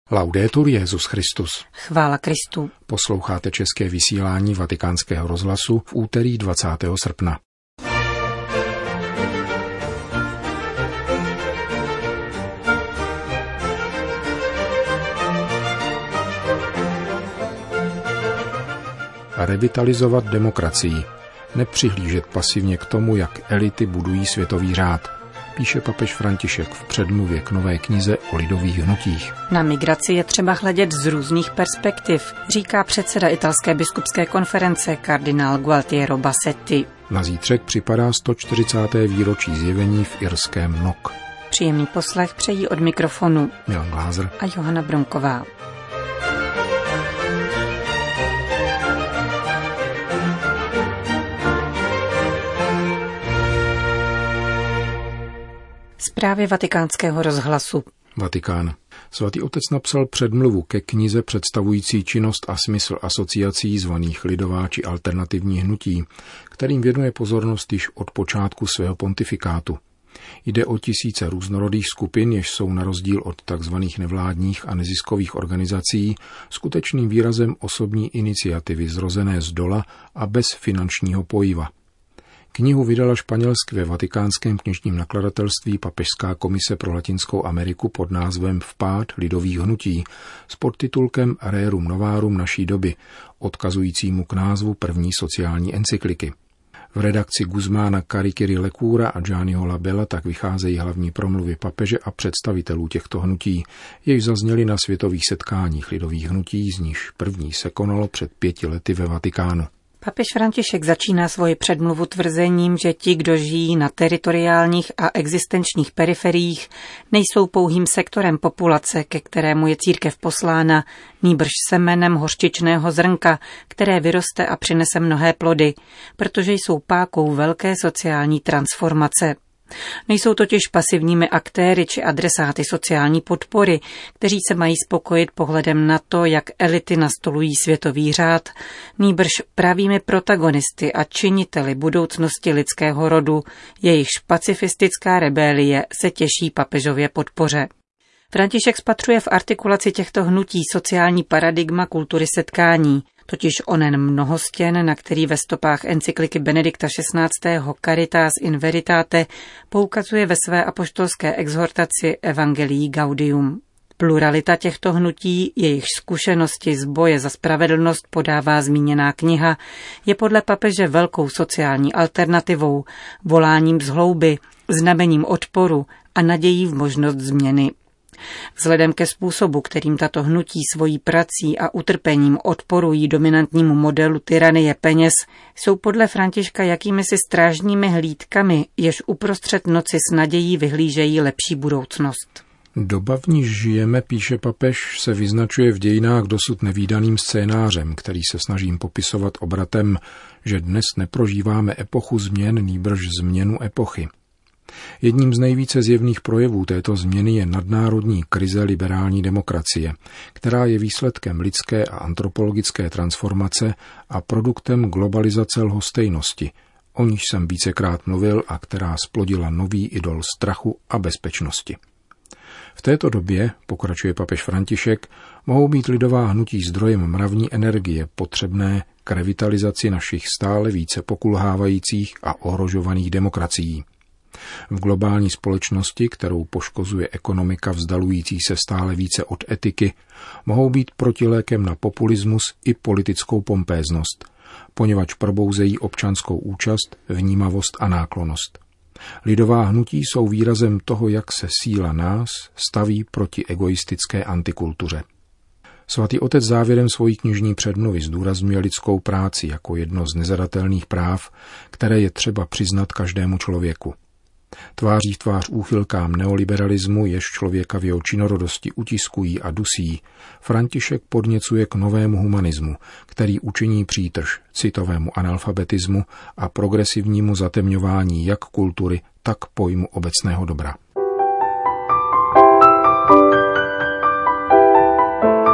Laudetur Jesus Christus. Chvála Kristu. Posloucháte české vysílání Vatikánského rozhlasu v úterý 20. srpna. Revitalizovat demokracii, nepřihlížet pasivně k tomu, jak elity budují světový řád, píše papež František v předmluvě k nové knize o lidových hnutích. Na migraci je třeba hledět z různých perspektiv, říká předseda italské biskupské konference kardinál Gualtiero Bassetti. Na zítřek připadá 140. výročí zjevení v irském Knock. Příjemný poslech přejí od mikrofonu Milan Glázer a Johana Bronková. Zprávy Vatikánského rozhlasu. Vatikán. Svatý otec napsal předmluvu ke knize představující činnost a smysl asociací zvaných lidová či alternativní hnutí, kterým věnuje pozornost již od počátku svého pontifikátu. Jde o tisíce různorodých skupin, jež jsou na rozdíl od tzv. Nevládních a neziskových organizací skutečným výrazem osobní iniciativy zrozené zdola a bez finančního pojiva. Knihu vydala španělsky ve vatikánském knižním nakladatelství Papežská komise pro Latinskou Ameriku pod názvem Vpád lidových hnutí s podtitulkem Rerum Novarum naší doby, odkazujícímu k názvu první sociální encykliky. V redakci Guzmána Carikyry Lecura a Gianniho Labella tak vycházejí hlavní promluvy papeže a představitelů těchto hnutí, jež zazněly na světových setkáních lidových hnutí, z nichž první se konalo před 5 lety ve Vatikánu. Papež František začíná svoji předmluvu tvrzením, že ti, kdo žijí na teritoriálních a existenčních periferiích, nejsou pouhým sektorem populace, ke kterému je církev poslána, nýbrž semenem hořčičného zrnka, které vyroste a přinese mnohé plody, protože jsou pákou velké sociální transformace. Nejsou totiž pasivními aktéry či adresáty sociální podpory, kteří se mají spokojit pohledem na to, jak elity nastolují světový řád, nýbrž pravými protagonisty a činiteli budoucnosti lidského rodu, jejichž pacifistická rebelie se těší papežově podpoře. František spatřuje v artikulaci těchto hnutí sociální paradigma kultury setkání, totiž onen mnohostěn, na který ve stopách encykliky Benedikta XVI. Caritas in Veritate poukazuje ve své apoštolské exhortaci Evangelii Gaudium. Pluralita těchto hnutí, jejich zkušenosti z boje za spravedlnost podává zmíněná kniha, je podle papeže velkou sociální alternativou, voláním z hlouby, znamením odporu a nadějí v možnost změny. Vzhledem ke způsobu, kterým tato hnutí svojí prací a utrpením odporují dominantnímu modelu tyranie peněz, jsou podle Františka jakýmisi strážními hlídkami, jež uprostřed noci s nadějí vyhlížejí lepší budoucnost. Doba, v níž žijeme, píše papež, se vyznačuje v dějinách dosud nevídaným scénářem, který se snažím popisovat obratem, že dnes neprožíváme epochu změn, nýbrž změnu epochy. Jedním z nejvíce zjevných projevů této změny je nadnárodní krize liberální demokracie, která je výsledkem lidské a antropologické transformace a produktem globalizace lhostejnosti, o níž jsem vícekrát mluvil a která splodila nový idol strachu a bezpečnosti. V této době, pokračuje papež František, mohou být lidová hnutí zdrojem mravní energie potřebné k revitalizaci našich stále více pokulhávajících a ohrožovaných demokracií. V globální společnosti, kterou poškozuje ekonomika vzdalující se stále více od etiky, mohou být protilékem na populismus i politickou pompéznost, poněvadž probouzejí občanskou účast, vnímavost a náklonnost. Lidová hnutí jsou výrazem toho, jak se síla nás staví proti egoistické antikultuře. Svatý otec závěrem svojí knižní předmluvy zdůrazňuje lidskou práci jako jedno z nezadatelných práv, které je třeba přiznat každému člověku. Tváří v tvář úchylkám neoliberalismu, jež člověka v jeho činorodosti utiskují a dusí, František podněcuje k novému humanismu, který učiní přítrž citovému analfabetismu a progresivnímu zatemňování jak kultury, tak pojmu obecného dobra.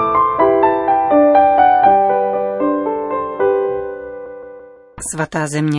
Svatá země.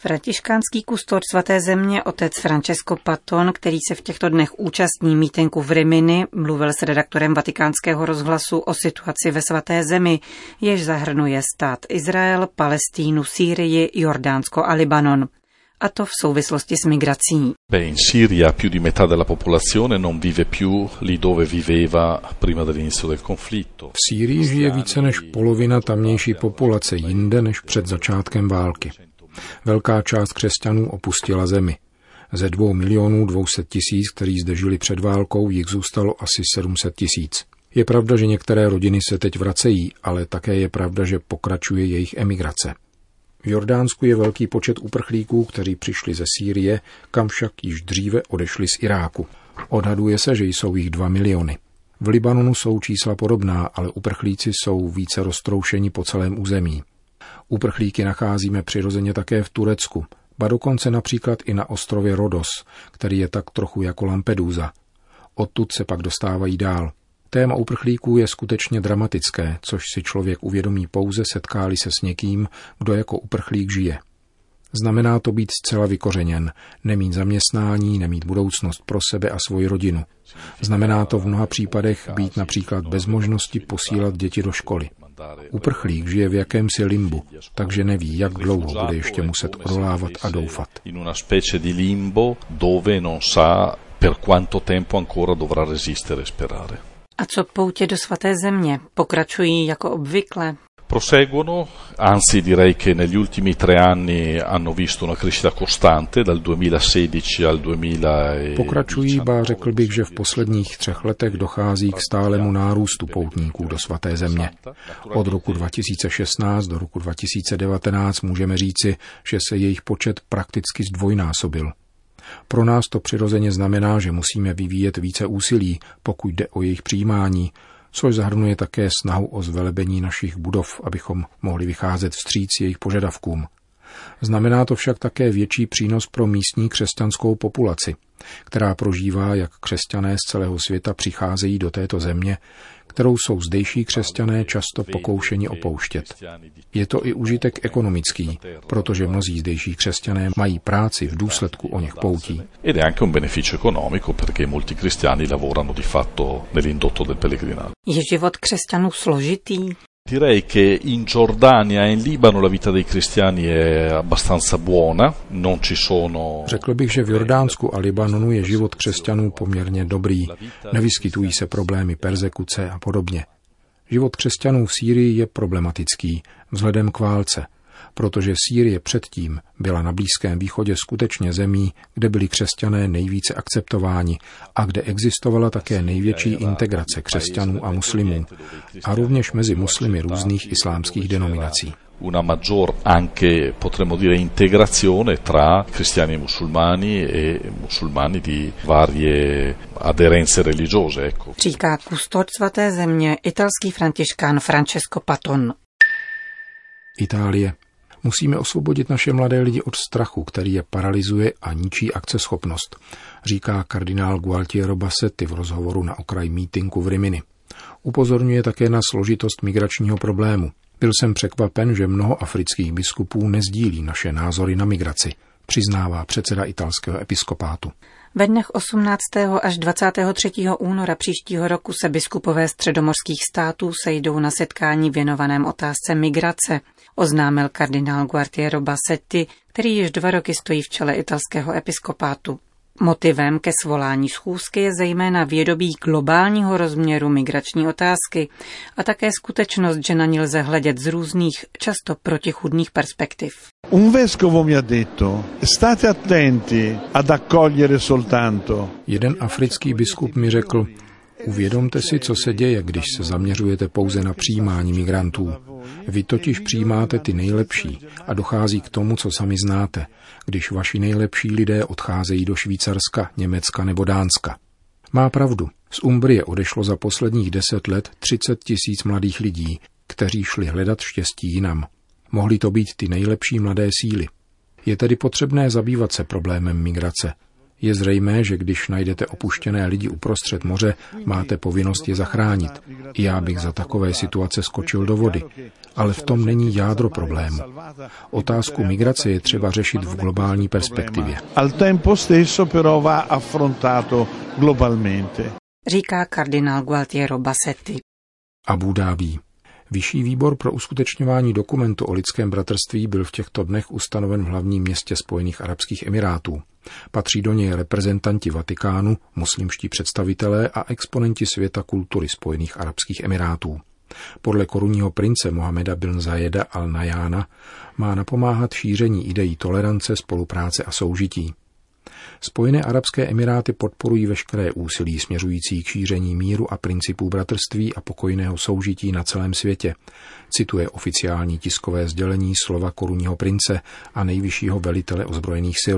Františkánský kustód svaté země otec Francesco Paton, který se v těchto dnech účastní mítinku v Rimini, mluvil s redaktorem Vatikánského rozhlasu o situaci ve svaté zemi, jež zahrnuje stát Izrael, Palestínu, Sýrii, Jordánsko a Libanon. A to v souvislosti s migrací. In Siria più di metà della popolazione non vive più lì dove viveva prima dell'inizio del conflitto. V Sýrii žije více než polovina tamnější populace jinde než před začátkem války. Velká část křesťanů opustila zemi. Ze 2 200 000, kteří zde žili před válkou, jich zůstalo asi 700 000. Je pravda, že některé rodiny se teď vracejí, ale také je pravda, že pokračuje jejich emigrace. V Jordánsku je velký počet uprchlíků, kteří přišli ze Sýrie, kam však již dříve odešli z Iráku. Odhaduje se, že jsou jich 2 miliony. V Libanonu jsou čísla podobná, ale uprchlíci jsou více roztroušeni po celém území. Uprchlíky nacházíme přirozeně také v Turecku, ba dokonce například i na ostrově Rodos, který je tak trochu jako Lampedusa. Odtud se pak dostávají dál. Téma uprchlíků je skutečně dramatické, což si člověk uvědomí pouze, setká-li se s někým, kdo jako uprchlík žije. Znamená to být zcela vykořeněn, nemít zaměstnání, nemít budoucnost pro sebe a svoji rodinu. Znamená to v mnoha případech být například bez možnosti posílat děti do školy. Uprchlík žije v jakémsi limbu, takže neví, jak dlouho bude ještě muset odolávat a doufat. In una specie di limbo dove non sa per quanto tempo ancora dovrà resistere e sperare. A co poutě do svaté země? Pokračují jako obvykle? Proseguono, anzi direi che negli ultimi 3 anni hanno visto una crescita costante dal 2016 al 2019. Pokračují, ba řekl bych, že v posledních 3 letech dochází k stálému nárůstu poutníků do svaté země. Od roku 2016 do roku 2019 můžeme říci, že se jejich počet prakticky zdvojnásobil. Pro nás to přirozeně znamená, že musíme vyvíjet více úsilí, pokud jde o jejich přijímání, což zahrnuje také snahu o zvelebení našich budov, abychom mohli vycházet vstříc jejich požadavkům. Znamená to však také větší přínos pro místní křesťanskou populaci, která prožívá, jak křesťané z celého světa přicházejí do této země, kterou jsou zdejší křesťané často pokoušeni opouštět. Je to i užitek ekonomický, protože mnozí zdejší křesťané mají práci v důsledku oněch poutí. Ed è anche un beneficio economico perché molti cristiani lavorano di fatto nell'indotto del pellegrinaggio. Je život křesťanů složitý? Direi che in Giordania e in Libano la vita dei cristiani è abbastanza buona, non ci sono. Řekl bych, že v Jordánsku a Libanonu je život křesťanů poměrně dobrý. Nevyskytují se problémy perzekuce a podobně. Život křesťanů v Sýrii je problematický vzhledem k válce, protože Sýrie předtím byla na Blízkém východě skutečně zemí, kde byli křesťané nejvíce akceptováni a kde existovala také největší integrace křesťanů a muslimů, a rovněž mezi muslimy různých islámských denominací. Una maggior anche, potremmo dire, integrazione tra cristiani e musulmani di varie aderenze religiose. Ecco. Říká kustód svaté země, italský františkán Francesco Paton. Itálie. Musíme osvobodit naše mladé lidi od strachu, který je paralyzuje a ničí akceschopnost, říká kardinál Gualtiero Bassetti v rozhovoru na okraji mítinku v Rimini. Upozorňuje také na složitost migračního problému. Byl jsem překvapen, že mnoho afrických biskupů nezdílí naše názory na migraci, přiznává předseda italského episkopátu. Ve dnech 18. až 23. února příštího roku se biskupové středomořských států sejdou na setkání věnovaném otázce migrace, oznámil kardinál Gualtiero Bassetti, který již 2 roky stojí v čele italského episkopátu. Motivem ke svolání schůzky je zejména vědomí globálního rozměru migrační otázky a také skutečnost, že na ní lze hledět z různých, často protichůdných perspektiv. Un vescovo mi ha detto: state attenti ad accogliere soltanto. Jeden africký biskup mi řekl: uvědomte si, co se děje, když se zaměřujete pouze na přijímání migrantů. Vy totiž přijímáte ty nejlepší a dochází k tomu, co sami znáte, když vaši nejlepší lidé odcházejí do Švýcarska, Německa nebo Dánska. Má pravdu. Z Umbrie odešlo za posledních 10 let 30 000 mladých lidí, kteří šli hledat štěstí jinam. Mohly to být ty nejlepší mladé síly. Je tedy potřebné zabývat se problémem migrace. Je zřejmé, že když najdete opuštěné lidi uprostřed moře, máte povinnost je zachránit. I já bych za takové situace skočil do vody. Ale v tom není jádro problému. Otázku migrace je třeba řešit v globální perspektivě. Al tempo stesso però va affrontato globalmente. Říká kardinál Gualtiero Bassetti. Abu Dhabí. Vyšší výbor pro uskutečňování dokumentu o lidském bratrství byl v těchto dnech ustanoven v hlavním městě Spojených arabských emirátů. Patří do něj reprezentanti Vatikánu, muslimští představitelé a exponenti světa kultury Spojených arabských emirátů. Podle korunního prince Mohameda bin Zayeda Al Nahyana má napomáhat šíření ideí tolerance, spolupráce a soužití. Spojené arabské emiráty podporují veškeré úsilí směřující k šíření míru a principů bratrství a pokojného soužití na celém světě, cituje oficiální tiskové sdělení slova korunního prince a nejvyššího velitele ozbrojených sil.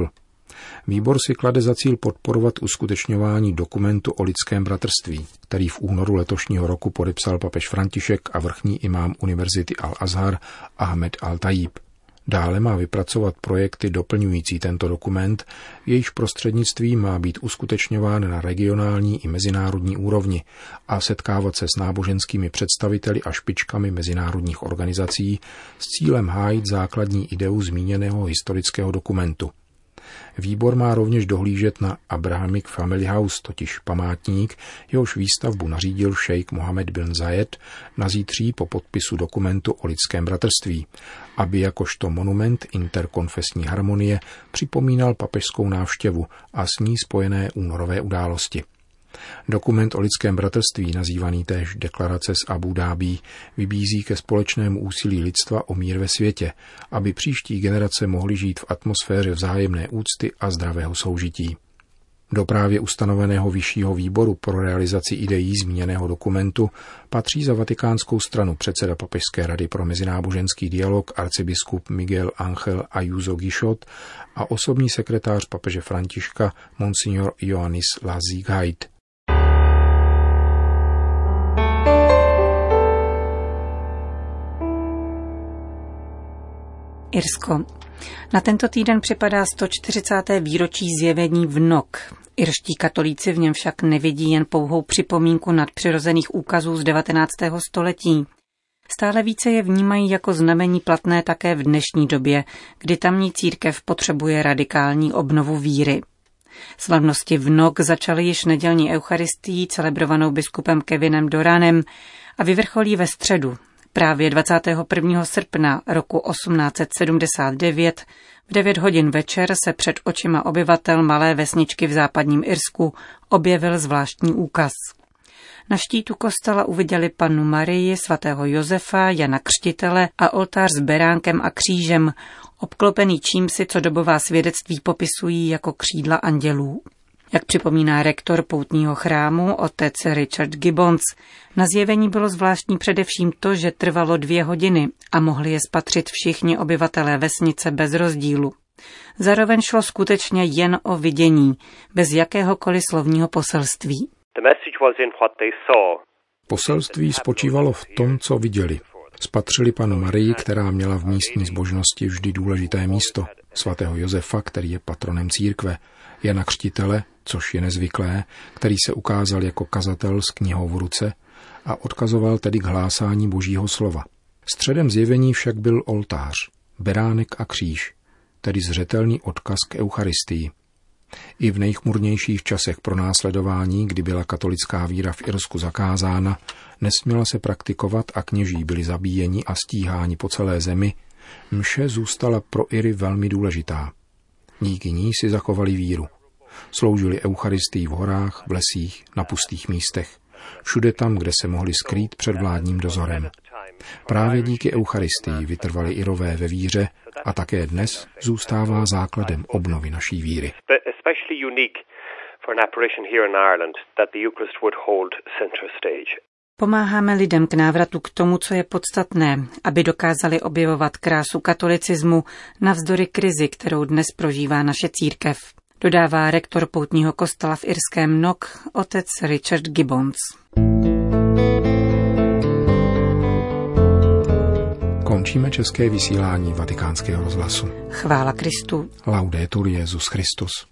Výbor si klade za cíl podporovat uskutečňování dokumentu o lidském bratrství, který v únoru letošního roku podepsal papež František a vrchní imám Univerzity Al-Azhar Ahmed Al-Tayyib. Dále má vypracovat projekty doplňující tento dokument, jejichž prostřednictvím má být uskutečňován na regionální i mezinárodní úrovni a setkávat se s náboženskými představiteli a špičkami mezinárodních organizací s cílem hájit základní ideu zmíněného historického dokumentu. Výbor má rovněž dohlížet na Abrahamic Family House, totiž památník, jehož výstavbu nařídil šejk Mohammed bin Zayed na zítří po podpisu dokumentu o lidském bratrství, aby jakožto monument interkonfesní harmonie připomínal papežskou návštěvu a s ní spojené únorové události. Dokument o lidském bratrství, nazývaný též Deklarace z Abu Dhabí, vybízí ke společnému úsilí lidstva o mír ve světě, aby příští generace mohly žít v atmosféře vzájemné úcty a zdravého soužití. Do právě ustanoveného vyššího výboru pro realizaci ideí zmíněného dokumentu patří za vatikánskou stranu předseda Papežské rady pro mezináboženský dialog arcibiskup Miguel Ángel Ayuso Guichot a osobní sekretář papeže Františka Monsignor Ioannis Lazzigait. Irsko. Na tento týden připadá 140. výročí zjevení vnok. Irští katolíci v něm však nevidí jen pouhou připomínku nadpřirozených úkazů z 19. století. Stále více je vnímají jako znamení platné také v dnešní době, kdy tamní církev potřebuje radikální obnovu víry. Slavnosti vnok začaly již nedělní eucharistií celebrovanou biskupem Kevinem Doranem a vyvrcholí ve středu, právě 21. srpna roku 1879 v 9 hodin večer se před očima obyvatel malé vesničky v západním Irsku objevil zvláštní úkaz. Na štítu kostela uviděli Pannu Marii, svatého Josefa, Jana Křtitele a oltář s beránkem a křížem, obklopený čímsi, co dobová svědectví popisují jako křídla andělů. Jak připomíná rektor poutního chrámu, otec Richard Gibbons, na zjevení bylo zvláštní především to, že trvalo 2 hodiny a mohli je spatřit všichni obyvatelé vesnice bez rozdílu. Zároveň šlo skutečně jen o vidění, bez jakéhokoliv slovního poselství. Poselství spočívalo v tom, co viděli. Spatřili Pannu Marii, která měla v místní zbožnosti vždy důležité místo, svatého Josefa, který je patronem církve, Jana Křtitele, což je nezvyklé, který se ukázal jako kazatel s knihou v ruce a odkazoval tedy k hlásání Božího slova. Středem zjevení však byl oltář, beránek a kříž, tedy zřetelný odkaz k eucharistii. I v nejchmurnějších časech pronásledování, kdy byla katolická víra v Irsku zakázána, nesměla se praktikovat a kněží byli zabíjeni a stíháni po celé zemi, mše zůstala pro Iry velmi důležitá. Díky ní si zachovali víru. Sloužili eucharistii v horách, v lesích, na pustých místech, všude tam, kde se mohli skrýt před vládním dozorem. Právě díky eucharistii vytrvali Irové ve víře a také dnes zůstává základem obnovy naší víry. Pomáháme lidem k návratu k tomu, co je podstatné, aby dokázali objevovat krásu katolicismu navzdory krizi, kterou dnes prožívá naše církev, dodává rektor poutního kostela v irském Knock, otec Richard Gibbons. Končíme české vysílání Vatikánského rozhlasu. Chvála Kristu. Laudetur Jesus Christus.